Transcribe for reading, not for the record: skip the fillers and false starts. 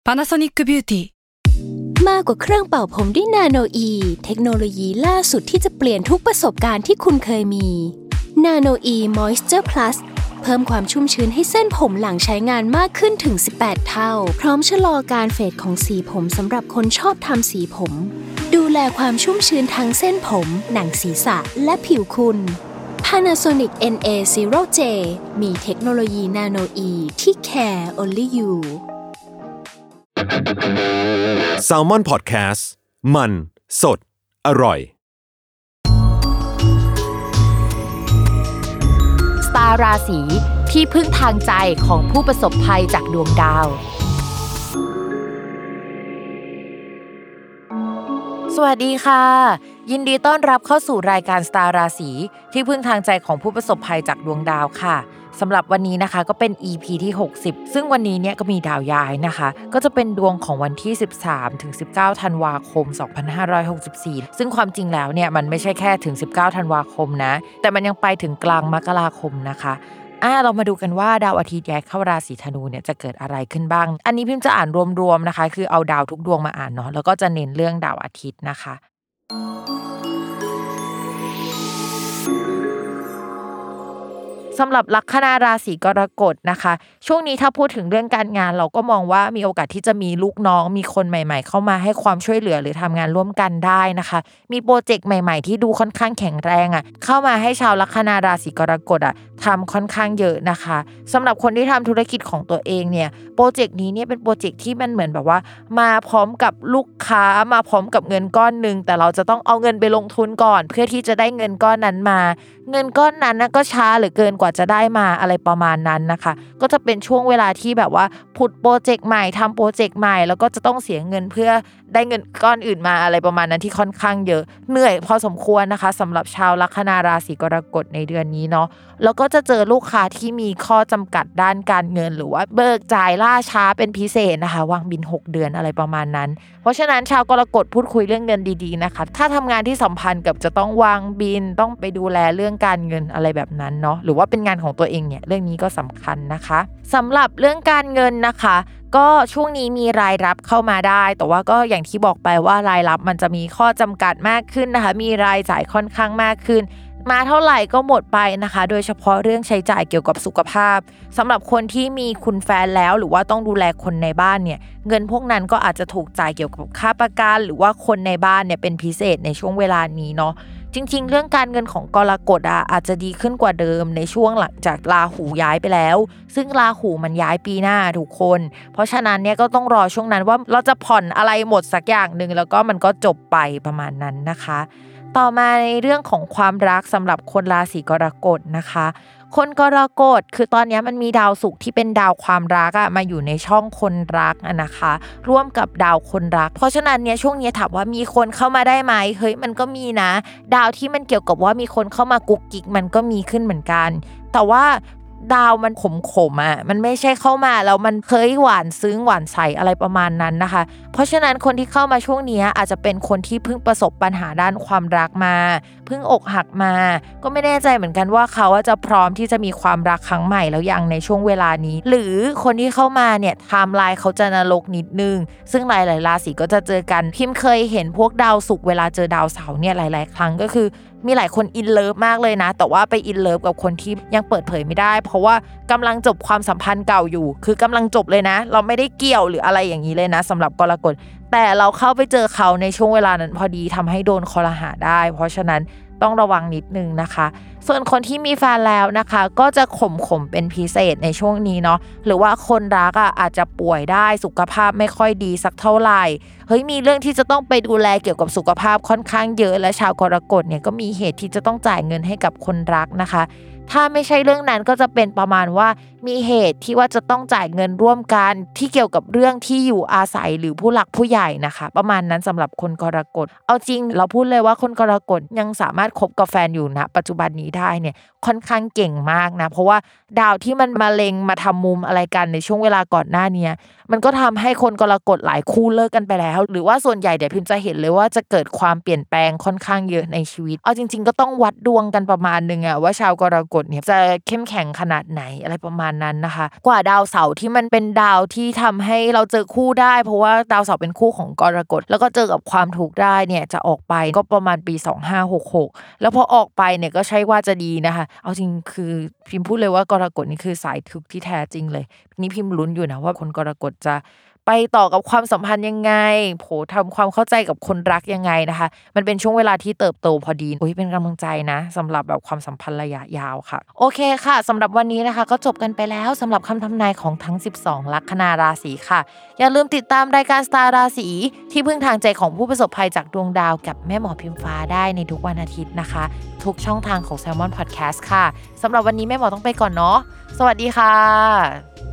Panasonic Beauty มากกว่าเครื่องเป่าผมด้วยนาโนอีเทคโนโลยีล่าสุดที่จะเปลี่ยนทุกประสบการณ์ที่คุณเคยมีนาโนอีมอยส์เจอร์พลัสเพิ่มความชุ่มชื้นให้เส้นผมหลังใช้งานมากขึ้นถึง18เท่าพร้อมชะลอการเฟดของสีผมสำหรับคนชอบทำสีผมดูแลความชุ่มชื้นทั้งเส้นผมหนังศีรษะและผิวคุณ Panasonic NA0J มีเทคโนโลยีนาโนอีที่ care only you Salmon Podcast มันสดอร่อยสตาร์ราศีที่พึ่งทางใจของผู้ประสบภัยจากดวงดาวสวัสดีค่ะยินดีต้อนรับเข้าสู่รายการสตาร์ราศีที่พึ่งทางใจของผู้ประสบภัยจากดวงดาวค่ะสำหรับวันนี้นะคะก็เป็น EP ที่60ซึ่งวันนี้เนี่ยก็มีดาวย้ายนะคะก็จะเป็นดวงของวันที่13ถึง19ธันวาคม2564ซึ่งความจริงแล้วเนี่ยมันไม่ใช่แค่ถึง19ธันวาคมนะแต่มันยังไปถึงกลางมกราคมนะคะเรามาดูกันว่าดาวอาทิตย์ย้ายเข้าราศีธนูเนี่ยจะเกิดอะไรขึ้นบ้างอันนี้พิมพ์จะอ่านรวมๆนะคะคือเอาดาวทุกดวงมาอ่านเนาะแล้วก็จะเน้นเรื่องดาวอาทิตย์นะคะสำหรับลัคนาราศีกรกฎนะคะช่วงนี้ถ้าพูดถึงเรื่องการงานเราก็มองว่ามีโอกาสที่จะมีลูกน้องมีคนใหม่ๆเข้ามาให้ความช่วยเหลือหรือทำงานร่วมกันได้นะคะมีโปรเจกต์ใหม่ๆที่ดูค่อนข้างแข็งแรงเข้ามาให้ชาวลัคนาราศีกรกฎทำค่อนข้างเยอะนะคะสำหรับคนที่ทำธุรกิจของตัวเองเนี่ยโปรเจกต์นี้เนี่ยเป็นโปรเจกต์ที่มันเหมือนแบบว่ามาพร้อมกับลูกค้ามาพร้อมกับเงินก้อนนึงแต่เราจะต้องเอาเงินไปลงทุนก่อนเพื่อที่จะได้เงินก้อนนั้นมาเงินก้อนนั้นก็ช้าเหลือเกินกว่าจะได้มาอะไรประมาณนั้นนะคะก็จะเป็นช่วงเวลาที่แบบว่าผุดโปรเจกต์ใหม่ทำโปรเจกต์ใหม่แล้วก็จะต้องเสียเงินเพื่อได้เงินก้อนอื่นมาอะไรประมาณนั้นที่ค่อนข้างเยอะเหนื่อยพอสมควรนะคะสำหรับชาวลัคนาราศีกรกฎในเดือนนี้เนาะแล้วก็จะเจอลูกค้าที่มีข้อจำกัดด้านการเงินหรือว่าเบิกจ่ายล่าช้าเป็นพิเศษนะคะวางบิน6เดือนอะไรประมาณนั้นเพราะฉะนั้นชาวกรกฎพูดคุยเรื่องเงินดีๆนะคะถ้าทำงานที่สัมพันธ์กับจะต้องวางบินต้องไปดูแลเรื่องการเงินอะไรแบบนั้นเนาะหรือว่าเป็นงานของตัวเองเนี่ยเรื่องนี้ก็สำคัญนะคะสำหรับเรื่องการเงินนะคะก็ช่วงนี้มีรายรับเข้ามาได้แต่ว่าก็อย่างที่บอกไปว่ารายรับมันจะมีข้อจำกัดมากขึ้นนะคะมีรายจ่ายค่อนข้างมากขึ้นมาเท่าไหร่ก็หมดไปนะคะโดยเฉพาะเรื่องใช้จ่ายเกี่ยวกับสุขภาพสำหรับคนที่มีคุณแฟนแล้วหรือว่าต้องดูแลคนในบ้านเนี่ยเงินพวกนั้นก็อาจจะถูกจ่ายเกี่ยวกับค่าประกันหรือว่าคนในบ้านเนี่ยเป็นพิเศษในช่วงเวลานี้เนาะจริงๆเรื่องการเงินของกรกฎอาจจะดีขึ้นกว่าเดิมในช่วงหลังจากราหูย้ายไปแล้วซึ่งราหูมันย้ายปีหน้าทุกคนเพราะฉะนั้นเนี่ยก็ต้องรอช่วงนั้นว่าเราจะผ่อนอะไรหมดสักอย่างนึงแล้วก็มันก็จบไปประมาณนั้นนะคะต่อมาในเรื่องของความรักสำหรับคนราศีกรกฎนะคะคนกรกฎคือตอนนี้มันมีดาวศุกร์ที่เป็นดาวความรักมาอยู่ในช่องคนรักนะคะร่วมกับดาวคนรักเพราะฉะนั้นเนี่ยช่วงนี้ถามว่ามีคนเข้ามาได้ไหมเฮ้ยมันก็มีนะดาวที่มันเกี่ยวกับว่ามีคนเข้ามากุ๊กกิ๊กมันก็มีขึ้นเหมือนกันแต่ว่าดาวมันขมมันไม่ใช่เข้ามาแล้วมันเคยหวานซึ้งหวานใสอะไรประมาณนั้นนะคะเพราะฉะนั้นคนที่เข้ามาช่วงนี้อาจจะเป็นคนที่เพิ่งประสบปัญหาด้านความรักมาเพิ่งอกหักมาก็ไม่แน่ใจเหมือนกันว่าเขาจะพร้อมที่จะมีความรักครั้งใหม่แล้วยังในช่วงเวลานี้หรือคนที่เข้ามาเนี่ยไทม์ไลน์เขาจะนรกนิดนึงซึ่งหลายๆราศีก็จะเจอกันพิมเคยเห็นพวกดาวศุกร์เวลาเจอดาวเสาร์เนี่ยหลายๆครั้งก็คือมีหลายคนอินเลิฟมากเลยนะแต่ว่าไปอินเลิฟกับคนที่ยังเปิดเผยไม่ได้เพราะว่ากำลังจบความสัมพันธ์เก่าอยู่คือกำลังจบเลยนะเราไม่ได้เกี่ยวหรืออะไรอย่างนี้เลยนะสำหรับกรกฎแต่เราเข้าไปเจอเขาในช่วงเวลานั้นพอดีทำให้โดนคอรหาได้เพราะฉะนั้นต้องระวังนิดนึงนะคะส่วนคนที่มีแฟนแล้วนะคะก็จะขมเป็นพิเศษในช่วงนี้เนาะหรือว่าคนรักอาจจะป่วยได้สุขภาพไม่ค่อยดีสักเท่าไหร่เฮ้ยมีเรื่องที่จะต้องไปดูแลเกี่ยวกับสุขภาพค่อนข้างเยอะและชาวกรกฎเนี่ยก็มีเหตุที่จะต้องจ่ายเงินให้กับคนรักนะคะถ้าไม่ใช่เรื่องนั้นก็จะเป็นประมาณว่ามีเหตุที่ว่าจะต้องจ่ายเงินร่วมกันที่เกี่ยวกับเรื่องที่อยู่อาศัยหรือผู้หลักผู้ใหญ่นะคะประมาณนั้นสำหรับคนกรกฎเอาจริงเราพูดเลยว่าคนกรกฎยังสามารถคบกับแฟนอยู่นะปัจจุบันนี้ได้เนี่ยค่อนข้างเก่งมากนะเพราะว่าดาวที่มันมาเล็งมาทำมุมอะไรกันในช่วงเวลาก่อนหน้านี้มันก็ทำให้คนกรกฎหลายคู่เลิกกันไปแล้วหรือว่าส่วนใหญ่เดี๋ยวพิมพ์จะเห็นเลยว่าจะเกิดความเปลี่ยนแปลงค่อนข้างเยอะในชีวิตเอาจริงๆก็ต้องวัดดวงกันประมาณนึงอะว่าชาวกรกฎเนี่ยจะเข้มแข็งขนาดไหนอะไรประมาณนั้นนะคะกว่าดาวเสาร์ที่มันเป็นดาวที่ทำให้เราเจอคู่ได้เพราะว่าดาวเสาร์เป็นคู่ของกรกฎแล้วก็เจอกับความทุกข์ได้เนี่ยจะออกไปก็ประมาณปี2566แล้วพอออกไปเนี่ยก็ใช่ว่าจะดีนะคะเอาจริงคือพิมพ์พูดเลยว่ากรกฎนี่คือสายทุกข์ที่แท้จริงเลยนี่พิมพ์ลุ้นอยู่นะว่าคนกรกฎจะไปต่อกับความสัมพันธ์ยังไงทำความเข้าใจกับคนรักยังไงนะคะมันเป็นช่วงเวลาที่เติบโตพอดีเป็นกำลังใจนะสำหรับแบบความสัมพันธ์ระยะยาวค่ะโอเคค่ะสำหรับวันนี้นะคะก็จบกันไปแล้วสำหรับคำทำนายของทั้ง12ลัคนาราศีค่ะอย่าลืมติดตามรายการสตาร์ราศีที่พึ่งทางใจของผู้ประสบภัยจากดวงดาวกับแม่หมอพิมฟ้าได้ในทุกวันอาทิตย์นะคะทุกช่องทางของ Salmon Podcast ค่ะสำหรับวันนี้แม่หมอต้องไปก่อนเนาะสวัสดีค่ะ